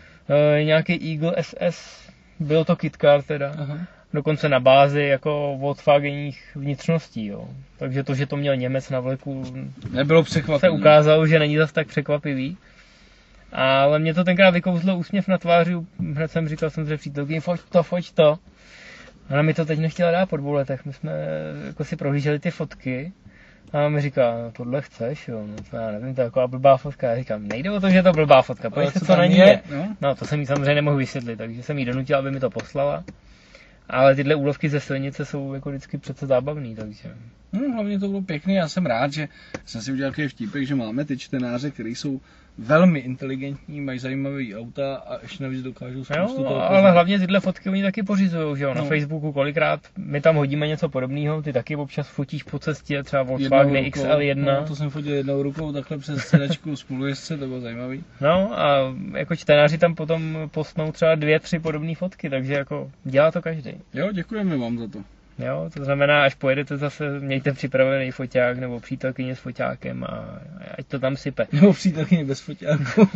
Nějaký Eagle SS, bylo to KitKar teda. Aha. Dokonce na bázi jako Volkswagenních vnitřností, jo. Takže to, že to měl Němec na vleku, nebylo překvapivé. Se ukázalo, že není zas tak překvapivý. Ale mě to tenkrát vykouzlo úsměv na tváři, hned jsem říkal samozřejmě přítelkyni, foť to. Ona mi to teď nechtěla dát po 2 letech, my jsme jako si prohlíželi ty fotky. A mi říká, no, tohle chceš, jo, no to já nevím, to je taková blbá fotka. Já říkám, nejde o to, že je to blbá fotka, pojď se, co na ní je. No, to jsem jí samozřejmě nemohl vysvětlit, takže jsem jí donutil, aby mi to poslala. Ale tyhle úlovky ze silnice jsou jako vždycky přece zábavný, takže... No, hlavně to bylo pěkný, já jsem rád, že jsem si udělal takový vtípek, že máme ty čtenáře, kteří jsou velmi inteligentní, mají zajímavý auta a ještě navíc dokážou spoustu toho poznat. Ale hlavně tyhle fotky oni taky pořizujou, že jo, na Facebooku kolikrát my tam hodíme něco podobného, ty taky občas fotíš po cestě, třeba Volkswagen XL1. No, to jsem fotil jednou rukou, takhle přes sedačku spolujezdce, to bylo zajímavý. No a jako čtenáři tam potom postnou třeba 2-3 podobné fotky, takže jako dělá to každý. Jo, děkujeme vám za to. Jo, to znamená, až pojedete zase, mějte připravený foťák nebo přítelkyně s foťákem a ať to tam sype. Nebo přítelkyně bez foťáku.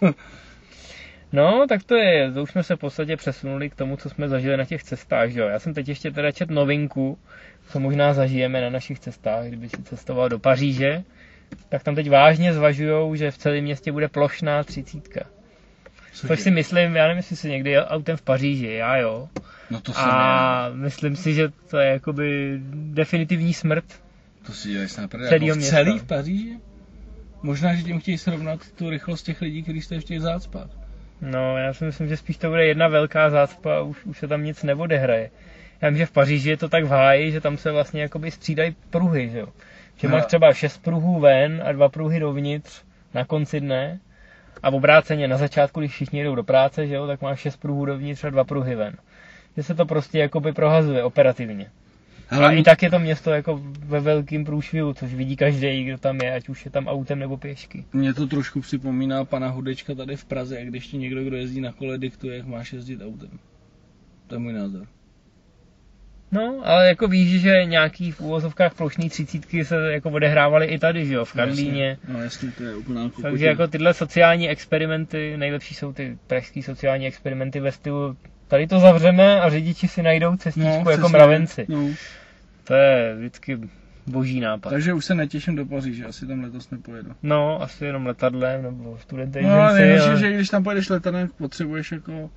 No, tak to je, to už jsme se v podstatě přesunuli k tomu, co jsme zažili na těch cestách, že jo. Já jsem teď ještě teda čet novinku, co možná zažijeme na našich cestách, kdyby si cestoval do Paříže, tak tam teď vážně zvažujou, že v celém městě bude plošná 30. Což si myslím, já nevím, jestli si někdy jel autem v Paříži, já jo. No to a myslím si, že to je jakoby definitivní smrt. To si dělají snad jako celý v Paříži? Možná, že tím chtějí srovnat tu rychlost těch lidí, kteří se chtějí zácpat. No, já si myslím, že spíš to bude jedna velká zácpa a už se tam nic neodehraje. Já vím, že v Paříži je to tak v háji, že tam se vlastně jakoby střídají pruhy, že jo. Že máš třeba 6 pruhů ven a 2 pruhy dovnitř na konci dne a obráceně na začátku, když všichni jdou do práce, že jo, tak máš 6 pruhů dovnitř a 2 pruhy ven. Že se to prostě jakoby prohazuje operativně. A i tak je to město jako ve velkým průšvihu, což vidí každý, kdo tam je, ať už je tam autem nebo pěšky. Mně to trošku připomíná pana Hudečka tady v Praze, jak když ti někdo, kdo jezdí na kole, diktuje, jak máš jezdit autem. To je můj názor. No, ale jako víš, že nějaký v úvozovkách plošný 30 se jako odehrávaly i tady, že jo, v Karlíně. No jasně, to je úplná kokotina. Takže jako tyhle sociální experimenty, nejlepší jsou ty pražský sociální experimenty ve stylu tady to zavřeme a řidiči si najdou cestičku jako mravenci. No. To je vždycky boží nápad. Takže už se netěším do Paříže, asi tam letos nepojedu. No, asi jenom letadlem nebo studentem. No ale nejhorší, že když tam pojedeš letadlem, potřebuješ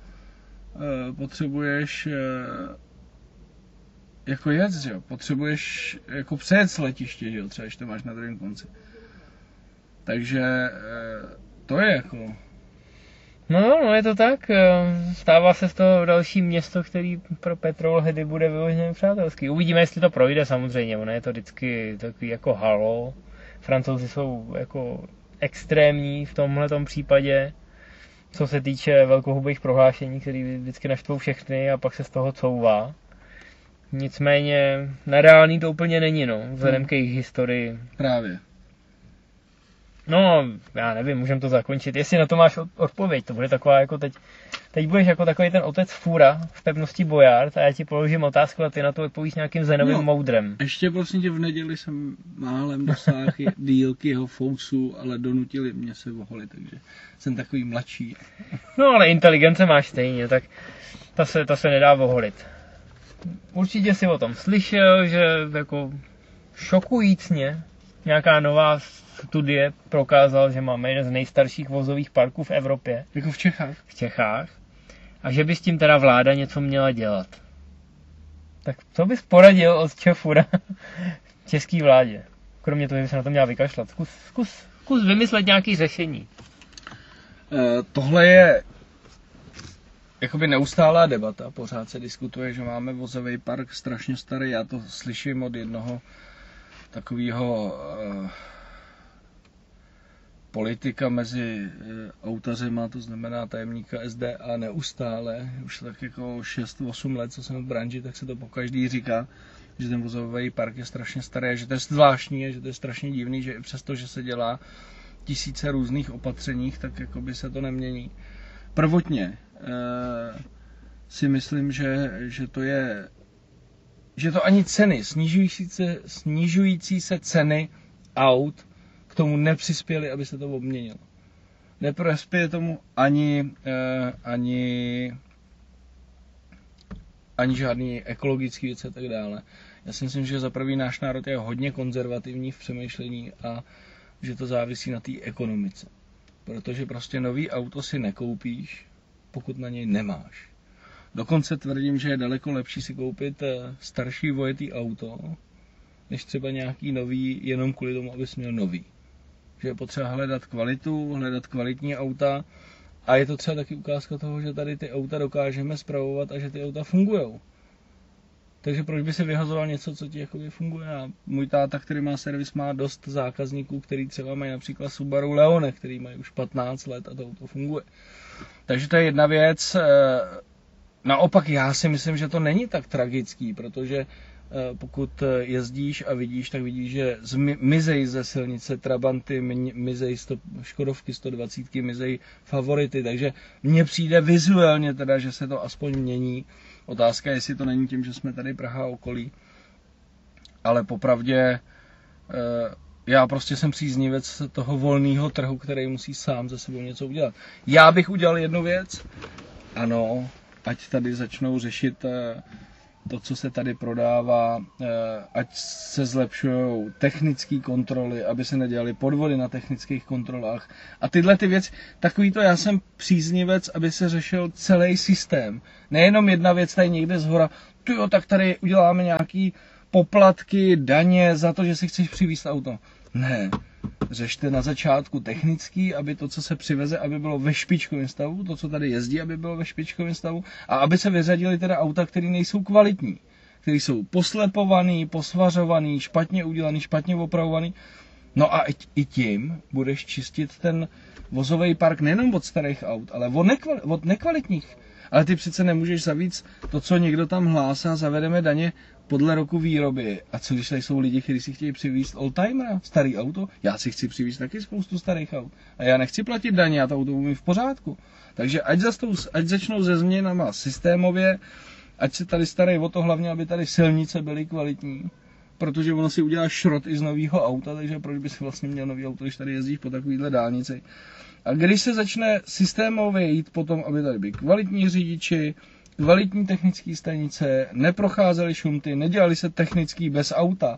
jako jet, že jo? Potřebuješ jako přejet z letiště, že jo? Třeba když to máš na druhém konci. Takže to je jako... No, je to tak. Stává se z toho další město, který pro Petrolheady bude vyloženě přátelský. Uvidíme, jestli to projde samozřejmě. Ono je to vždycky takový jako halo. Francouzi jsou jako extrémní v tomhletom případě, co se týče velkohubých prohlášení, které vždycky naštvou všechny a pak se z toho couvá. Nicméně nereálný to úplně není, no, vzhledem k jejich historii. Právě. No, já nevím, můžeme to zakončit. Jestli na to máš odpověď, to bude taková jako teď budeš jako takový ten otec fůra v pevnosti Bojard a já ti položím otázku a ty na to odpovíš nějakým zenovým moudrem. Ještě prosím tě, v neděli jsem málem dosáhl dílky jeho fousu, ale donutili mě se oholit, takže jsem takový mladší. No, ale inteligence máš stejně, tak ta se nedá oholit. Určitě si o tom slyšel, že jako šokujícně nějaká nová studie prokázala, že máme jeden z nejstarších vozových parků v Evropě. Jako v Čechách? V Čechách. A že by s tím teda vláda něco měla dělat. Tak co bys poradil od Čefura český vládě? Kromě toho, že by se na to měla vykašlat. Zkus vymyslet nějaké řešení. Tohle je jakoby neustálá debata. Pořád se diskutuje, že máme vozový park strašně starý. Já to slyším od jednoho takového politika mezi autařema, to znamená tajemníka SDA neustále, už tak jako 6-8 let, co jsem v branži, tak se to pokaždý říká, že ten vozový park je strašně starý a že to je zvláštní a že to je strašně divný, že i přesto, že se dělá tisíce různých opatřeních, tak jako by se to nemění. Prvotně si myslím, že to ani ceny, snižující se ceny aut k tomu nepřispěli, aby se to obměnilo. Neprospěje tomu ani žádný ekologický věc a tak dále. Já si myslím, že za prvý náš národ je hodně konzervativní v přemýšlení a že to závisí na té ekonomice. Protože prostě nový auto si nekoupíš, pokud na něj nemáš. Dokonce tvrdím, že je daleko lepší si koupit starší vojetý auto, než třeba nějaký nový, jenom kvůli tomu, abys měl nový. Že je potřeba hledat kvalitu, hledat kvalitní auta a je to třeba taky ukázka toho, že tady ty auta dokážeme spravovat a že ty auta fungujou. Takže proč by si vyhazoval něco, co ti jakoby funguje? A můj táta, který má servis, má dost zákazníků, který třeba mají například Subaru Leone, který mají už 15 let a to auto funguje. Takže to je jedna věc. Naopak já si myslím, že to není tak tragický, protože pokud jezdíš a vidíš, tak vidíš, že mizej ze silnice Trabanty, mizej Škodovky 120, mizej Favority, takže mně přijde vizuálně teda, že se to aspoň mění. Otázka je, jestli to není tím, že jsme tady Praha okolí, ale popravdě já prostě jsem příznivec toho volného trhu, který musí sám ze sebou něco udělat. Já bych udělal jednu věc, ano, ať tady začnou řešit to, co se tady prodává, ať se zlepšují technické kontroly, aby se nedělaly podvody na technických kontrolách. A tyhle ty věci, takový to já jsem příznivec, aby se řešil celý systém. Nejenom jedna věc tady někde zhora, tyjo, tak tady uděláme nějaký poplatky, daně za to, že si chceš přivízt auto. Ne, řešte na začátku technický, aby to, co se přiveze, aby bylo ve špičkovém stavu, to, co tady jezdí, aby bylo ve špičkovém stavu a aby se vyřadily teda auta, které nejsou kvalitní, které jsou poslepovaný, posvařovaný, špatně udělaný, špatně opravovaný. No a i tím budeš čistit ten vozový park nejenom od starých aut, ale od nekvalitních. Ale ty přece nemůžeš zavíc to, co někdo tam hlásá, zavedeme daně podle roku výroby. A co když tady jsou lidi, kteří si chtějí přivízt oldtimera, starý auto? Já si chci přivízt taky spoustu starých aut. A já nechci platit daně, já to auto umím v pořádku. Takže ať začnou se změnama systémově, ať se tady starají o to hlavně, aby tady silnice byly kvalitní. Protože ono si udělá šrot i z nového auta, takže proč by si vlastně měl nový auto, když tady jezdíš po takovýhle dálnici. A když se začne systémově jít potom, aby tady byli kvalitní řidiči, kvalitní technické stanice, neprocházely šunty, nedělali se technický bez auta,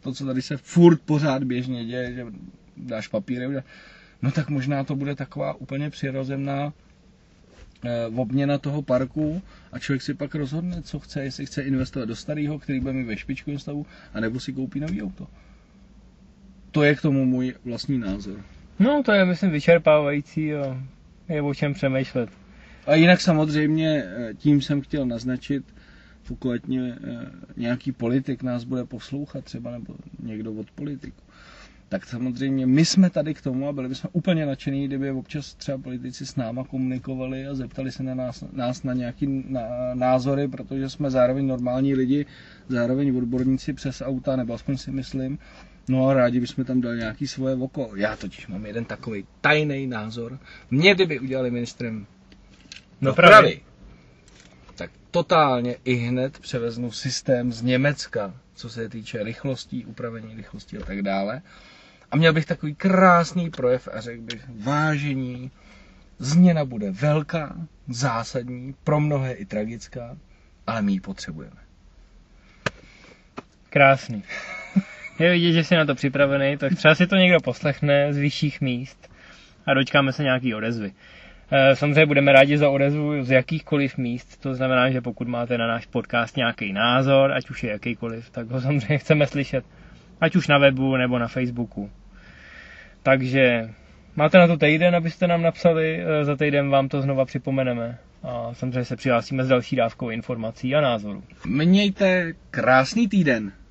to, co tady se furt pořád běžně děje, že dáš papíry, no tak možná to bude taková úplně přirozená obměna toho parku a člověk si pak rozhodne, co chce, jestli chce investovat do starého, který bude mít ve špičkovém stavu, anebo si koupí nový auto. To je k tomu můj vlastní názor. No, to je, myslím, vyčerpávající a je o čem přemýšlet. A jinak samozřejmě tím jsem chtěl naznačit, pokud nějaký politik nás bude poslouchat třeba, nebo někdo od politiku, tak samozřejmě my jsme tady k tomu a byli bychom úplně nadšení, kdyby občas třeba politici s náma komunikovali a zeptali se na nás na nějaký názory, protože jsme zároveň normální lidi, zároveň odborníci přes auta, nebo aspoň si myslím. No a rádi bychom tam dali nějaký svoje oko. Já totiž mám jeden takový tajný názor. Mě kdyby udělali ministrem dopravy, tak totálně i hned převeznu systém z Německa, co se týče rychlostí, upravení rychlosti a tak dále. A měl bych takový krásný projev a řekl bych, vážení, změna bude velká, zásadní, pro mnohé i tragická, ale my ji potřebujeme. Krásný. Je vidět, že jsi na to připravený, tak třeba si to někdo poslechne z vyšších míst a dočkáme se nějaký odezvy. Samozřejmě budeme rádi za odezvu z jakýchkoliv míst, to znamená, že pokud máte na náš podcast nějaký názor, ať už je jakýkoliv, tak ho samozřejmě chceme slyšet, ať už na webu nebo na Facebooku. Takže máte na to týden, abyste nám napsali, za týden vám to znova připomeneme a samozřejmě se přihlásíme s další dávkou informací a názorů. Mějte krásný týden.